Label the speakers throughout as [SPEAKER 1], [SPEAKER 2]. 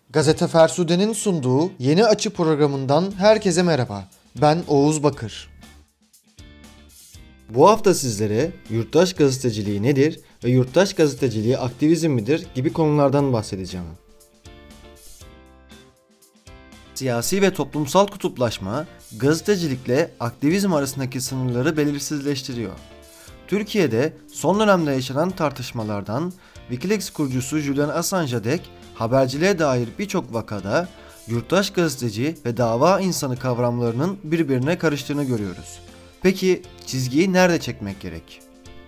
[SPEAKER 1] Gazete Fersude'nin sunduğu Yeni Açı programından herkese merhaba. Ben Oğuz Bakır. Bu hafta sizlere yurttaş gazeteciliği nedir ve yurttaş gazeteciliği aktivizm midir gibi konulardan bahsedeceğim. Siyasi ve toplumsal kutuplaşma, gazetecilikle aktivizm arasındaki sınırları belirsizleştiriyor. Türkiye'de son dönemde yaşanan tartışmalardan Wikileaks kurucusu Julian Assange'a dek haberciliğe dair birçok vakada yurttaş gazeteci ve dava insanı kavramlarının birbirine karıştığını görüyoruz. Peki çizgiyi nerede çekmek gerek?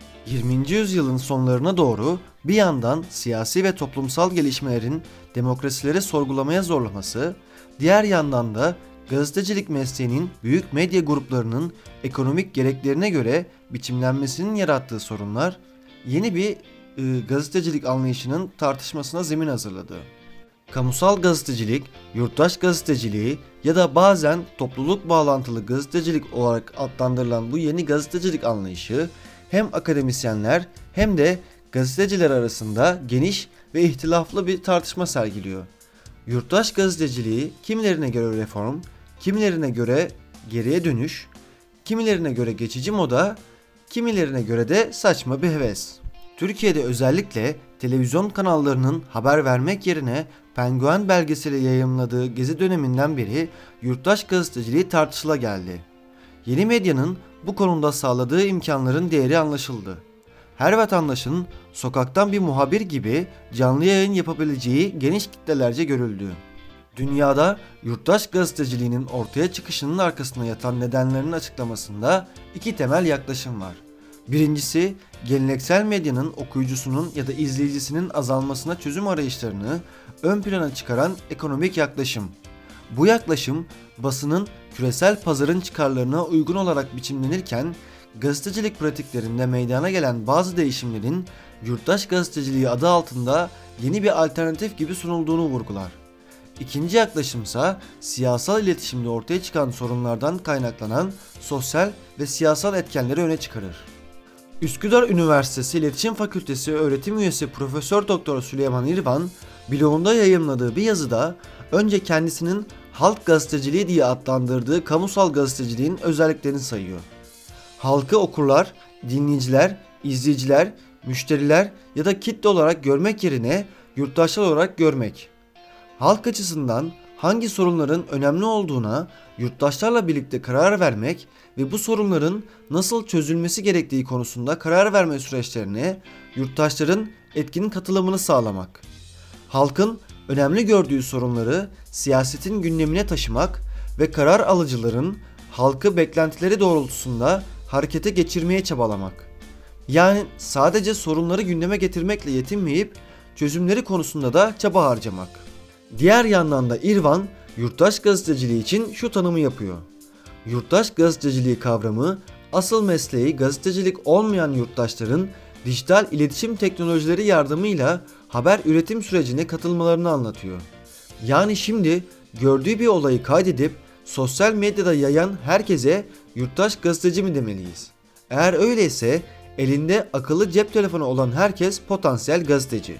[SPEAKER 1] 20. yüzyılın sonlarına doğru bir yandan siyasi ve toplumsal gelişmelerin demokrasileri sorgulamaya zorlaması, diğer yandan da gazetecilik mesleğinin büyük medya gruplarının ekonomik gereklerine göre biçimlenmesinin yarattığı sorunlar yeni bir gazetecilik anlayışının tartışmasına zemin hazırladı. Kamusal gazetecilik, yurttaş gazeteciliği ya da bazen topluluk bağlantılı gazetecilik olarak adlandırılan bu yeni gazetecilik anlayışı hem akademisyenler hem de gazeteciler arasında geniş ve ihtilaflı bir tartışma sergiliyor. Yurttaş gazeteciliği kimilerine göre reform, kimilerine göre geriye dönüş, kimilerine göre geçici moda, kimilerine göre de saçma bir heves. Türkiye'de özellikle televizyon kanallarının haber vermek yerine Penguen belgeseli yayımladığı Gezi döneminden beri yurttaş gazeteciliği tartışıla geldi. Yeni medyanın bu konuda sağladığı imkanların değeri anlaşıldı. Her vatandaşın sokaktan bir muhabir gibi canlı yayın yapabileceği geniş kitlelerce görüldü. Dünyada yurttaş gazeteciliğinin ortaya çıkışının arkasında yatan nedenlerin açıklamasında iki temel yaklaşım var. Birincisi, geleneksel medyanın okuyucusunun ya da izleyicisinin azalmasına çözüm arayışlarını ön plana çıkaran ekonomik yaklaşım. Bu yaklaşım basının küresel pazarın çıkarlarına uygun olarak biçimlenirken gazetecilik pratiklerinde meydana gelen bazı değişimlerin yurttaş gazeteciliği adı altında yeni bir alternatif gibi sunulduğunu vurgular. İkinci yaklaşımsa siyasal iletişimde ortaya çıkan sorunlardan kaynaklanan sosyal ve siyasal etkenleri öne çıkarır. Üsküdar Üniversitesi İletişim Fakültesi öğretim üyesi Profesör Doktor Süleyman İrvan, blogunda yayımladığı bir yazıda önce kendisinin halk gazeteciliği diye adlandırdığı kamusal gazeteciliğin özelliklerini sayıyor. Halkı okurlar, dinleyiciler, izleyiciler, müşteriler ya da kitle olarak görmek yerine yurttaşlar olarak görmek. Halk açısından hangi sorunların önemli olduğuna yurttaşlarla birlikte karar vermek ve bu sorunların nasıl çözülmesi gerektiği konusunda karar verme süreçlerine yurttaşların etkin katılımını sağlamak. Halkın önemli gördüğü sorunları siyasetin gündemine taşımak ve karar alıcıların halkı beklentileri doğrultusunda harekete geçirmeye çabalamak. Yani sadece sorunları gündeme getirmekle yetinmeyip çözümleri konusunda da çaba harcamak. Diğer yandan da İrvan, yurttaş gazeteciliği için şu tanımı yapıyor. Yurttaş gazeteciliği kavramı, asıl mesleği gazetecilik olmayan yurttaşların dijital iletişim teknolojileri yardımıyla haber üretim sürecine katılmalarını anlatıyor. Yani şimdi gördüğü bir olayı kaydedip sosyal medyada yayan herkese yurttaş gazeteci mi demeliyiz? Eğer öyleyse elinde akıllı cep telefonu olan herkes potansiyel gazeteci.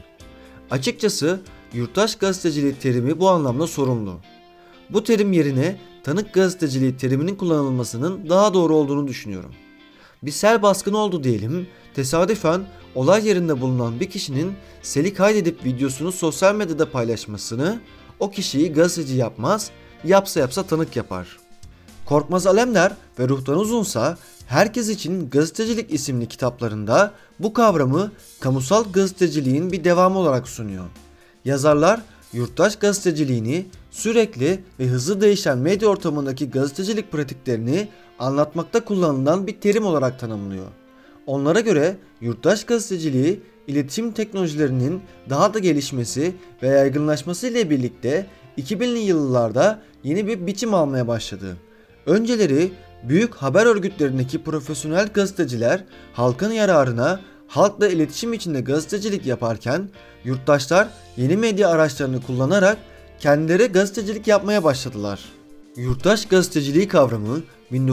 [SPEAKER 1] Açıkçası yurttaş gazeteciliği terimi bu anlamda sorunlu. Bu terim yerine tanık gazeteciliği teriminin kullanılmasının daha doğru olduğunu düşünüyorum. Bir sel baskını oldu diyelim, tesadüfen olay yerinde bulunan bir kişinin seli kaydedip videosunu sosyal medyada paylaşmasını o kişiyi gazeteci yapmaz, yapsa tanık yapar. Korkmaz Alemdar ve Ruhtan Uzunsa Herkes için Gazetecilik isimli kitaplarında bu kavramı kamusal gazeteciliğin bir devamı olarak sunuyor. Yazarlar yurttaş gazeteciliğini sürekli ve hızlı değişen medya ortamındaki gazetecilik pratiklerini anlatmakta kullanılan bir terim olarak tanımlıyor. Onlara göre yurttaş gazeteciliği iletişim teknolojilerinin daha da gelişmesi ve yaygınlaşması ile birlikte 2000'li yıllarda yeni bir biçim almaya başladı. Önceleri büyük haber örgütlerindeki profesyonel gazeteciler halkın yararına halkla iletişim içinde gazetecilik yaparken yurttaşlar yeni medya araçlarını kullanarak kendileri gazetecilik yapmaya başladılar. Yurttaş gazeteciliği kavramı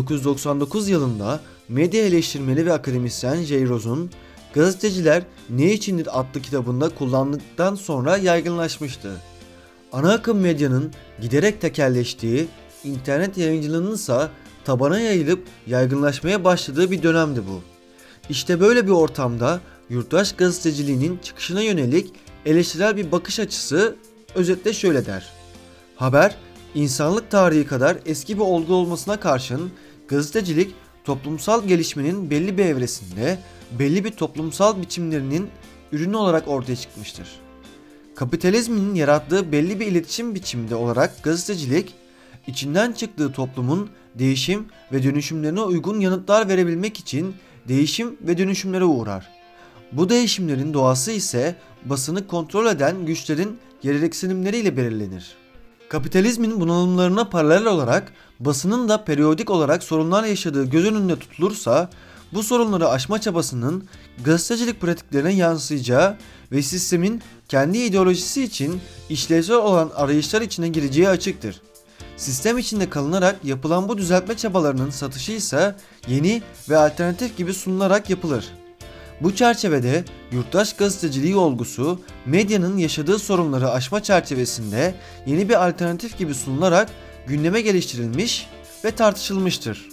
[SPEAKER 1] 1999 yılında medya eleştirmeni ve akademisyen Jay Rose'un Gazeteciler Ne İçindir adlı kitabında kullandıktan sonra yaygınlaşmıştı. Ana akım medyanın giderek tekelleştiği, internet yayıncılığının ise tabana yayılıp yaygınlaşmaya başladığı bir dönemdi bu. İşte böyle bir ortamda yurttaş gazeteciliğinin çıkışına yönelik eleştirel bir bakış açısı özetle şöyle der. Haber, insanlık tarihi kadar eski bir olgu olmasına karşın gazetecilik toplumsal gelişmenin belli bir evresinde belli bir toplumsal biçimlerinin ürünü olarak ortaya çıkmıştır. Kapitalizmin yarattığı belli bir iletişim biçimde olarak gazetecilik, içinden çıktığı toplumun değişim ve dönüşümlerine uygun yanıtlar verebilmek için değişim ve dönüşümlere uğrar. Bu değişimlerin doğası ise basını kontrol eden güçlerin gereksinimleriyle belirlenir. Kapitalizmin bunalımlarına paralel olarak basının da periyodik olarak sorunlar yaşadığı göz önünde tutulursa bu sorunları aşma çabasının gazetecilik pratiklerine yansıyacağı ve sistemin kendi ideolojisi için işlevsel olan arayışlar içine gireceği açıktır. Sistem içinde kalınarak yapılan bu düzeltme çabalarının satışı ise yeni ve alternatif gibi sunularak yapılır. Bu çerçevede yurttaş gazeteciliği olgusu medyanın yaşadığı sorunları aşma çerçevesinde yeni bir alternatif gibi sunularak gündeme geliştirilmiş ve tartışılmıştır.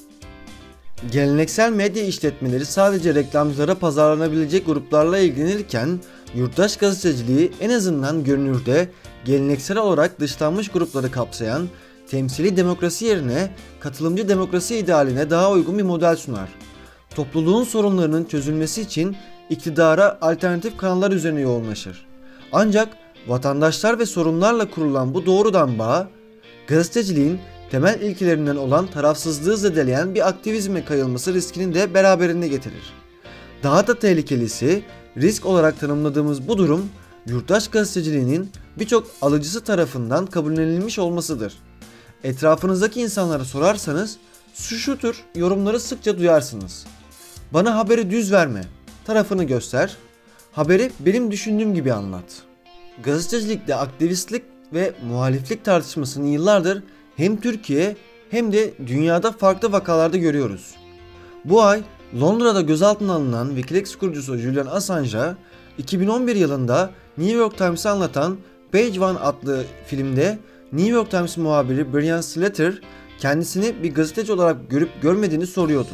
[SPEAKER 1] Geleneksel medya işletmeleri sadece reklamcılara pazarlanabilecek gruplarla ilgilenirken yurttaş gazeteciliği en azından görünürde geleneksel olarak dışlanmış grupları kapsayan temsili demokrasi yerine katılımcı demokrasi idealine daha uygun bir model sunar. Topluluğun sorunlarının çözülmesi için iktidara alternatif kanallar üzerine yoğunlaşır. Ancak vatandaşlar ve sorunlarla kurulan bu doğrudan bağ, gazeteciliğin temel ilkelerinden olan tarafsızlığı zedeleyen bir aktivizme kayılması riskini de beraberinde getirir. Daha da tehlikelisi, risk olarak tanımladığımız bu durum, yurttaş gazeteciliğinin birçok alıcısı tarafından kabullenilmiş olmasıdır. Etrafınızdaki insanlara sorarsanız, şu tür yorumları sıkça duyarsınız. Bana haberi düz verme, tarafını göster, haberi benim düşündüğüm gibi anlat. Gazetecilikte aktivistlik ve muhaliflik tartışmasını yıllardır hem Türkiye hem de dünyada farklı vakalarda görüyoruz. Bu ay Londra'da gözaltına alınan Wikileaks kurucusu Julian Assange'a 2011 yılında New York Times'ı anlatan Page One adlı filmde New York Times muhabiri Brian Slater kendisini bir gazeteci olarak görüp görmediğini soruyordu.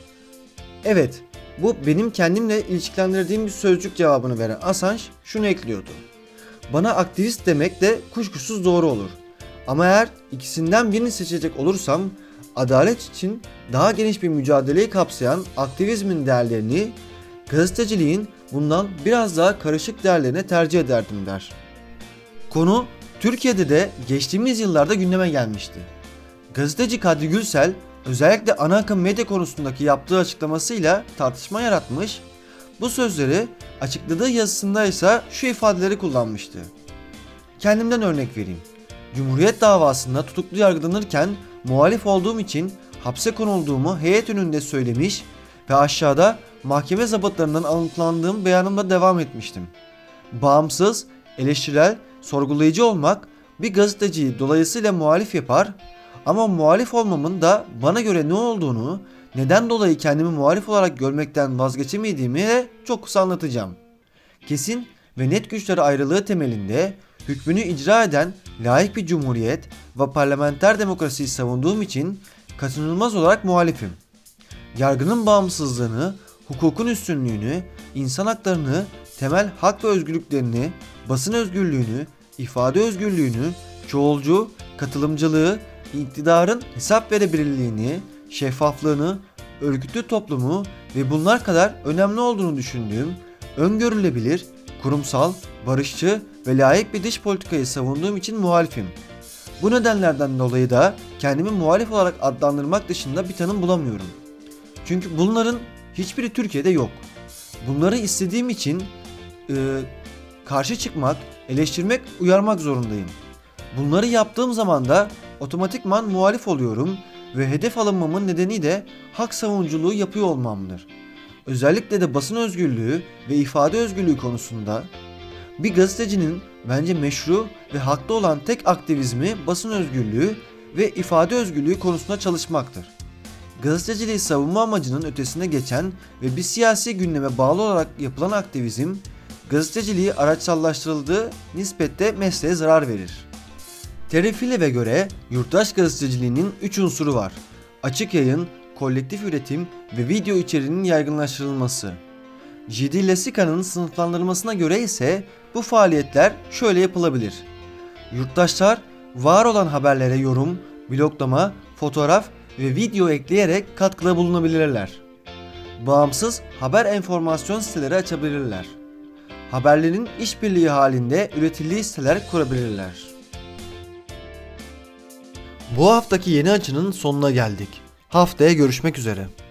[SPEAKER 1] Evet, bu benim kendimle ilişkilendirdiğim bir sözcük cevabını veren Assange şunu ekliyordu. Bana aktivist demek de kuşkusuz doğru olur. Ama eğer ikisinden birini seçecek olursam adalet için daha geniş bir mücadeleyi kapsayan aktivizmin değerlerini gazeteciliğin bundan biraz daha karışık değerlerine tercih ederdim der. Konu Türkiye'de de geçtiğimiz yıllarda gündeme gelmişti. Gazeteci Kadri Gürsel özellikle ana akım medya konusundaki yaptığı açıklamasıyla tartışma yaratmış, bu sözleri açıkladığı yazısında ise şu ifadeleri kullanmıştı. Kendimden örnek vereyim. Cumhuriyet davasında tutuklu yargılanırken muhalif olduğum için hapse konulduğumu heyet önünde söylemiş ve aşağıda mahkeme zabıtlarından alıntılandığım beyanımla devam etmiştim. Bağımsız, eleştirel, sorgulayıcı olmak bir gazeteciyi dolayısıyla muhalif yapar ama muhalif olmamın da bana göre ne olduğunu, neden dolayı kendimi muhalif olarak görmekten vazgeçemediğimi de çok kısa anlatacağım. Kesin ve net güçler ayrılığı temelinde hükmünü icra eden layık bir cumhuriyet ve parlamenter demokrasiyi savunduğum için kaçınılmaz olarak muhalifim. Yargının bağımsızlığını, hukukun üstünlüğünü, insan haklarını, temel hak ve özgürlüklerini, basın özgürlüğünü, ifade özgürlüğünü, çoğulcu, katılımcılığı, iktidarın hesap verebilirliğini, şeffaflığını, örgütlü toplumu ve bunlar kadar önemli olduğunu düşündüğüm, öngörülebilir, kurumsal, barışçı ve layık bir dış politikayı savunduğum için muhalifim. Bu nedenlerden dolayı da kendimi muhalif olarak adlandırmak dışında bir tanım bulamıyorum. Çünkü bunların hiçbiri Türkiye'de yok. Bunları istediğim için karşı çıkmak, eleştirmek, uyarmak zorundayım. Bunları yaptığım zaman da otomatikman muhalif oluyorum ve hedef alınmamın nedeni de hak savunuculuğu yapıyor olmamdır. Özellikle de basın özgürlüğü ve ifade özgürlüğü konusunda bir gazetecinin bence meşru ve haklı olan tek aktivizmi basın özgürlüğü ve ifade özgürlüğü konusunda çalışmaktır. Gazeteciliği savunma amacının ötesine geçen ve bir siyasi gündeme bağlı olarak yapılan aktivizm, gazeteciliği araçsallaştırıldığı nispette mesleğe zarar verir. Terry Philip'e göre yurttaş gazeteciliğinin 3 unsuru var: açık yayın, kolektif üretim ve video içeriğinin yaygınlaştırılması. J.D. Lesica'nın sınıflandırmasına göre ise bu faaliyetler şöyle yapılabilir: yurttaşlar var olan haberlere yorum, bloglama, fotoğraf ve video ekleyerek katkıda bulunabilirler. Bağımsız haber enformasyon siteleri açabilirler. Haberlerin işbirliği halinde üretildiği siteler kurabilirler. Bu haftaki Yeni Açı'nın sonuna geldik. Haftaya görüşmek üzere.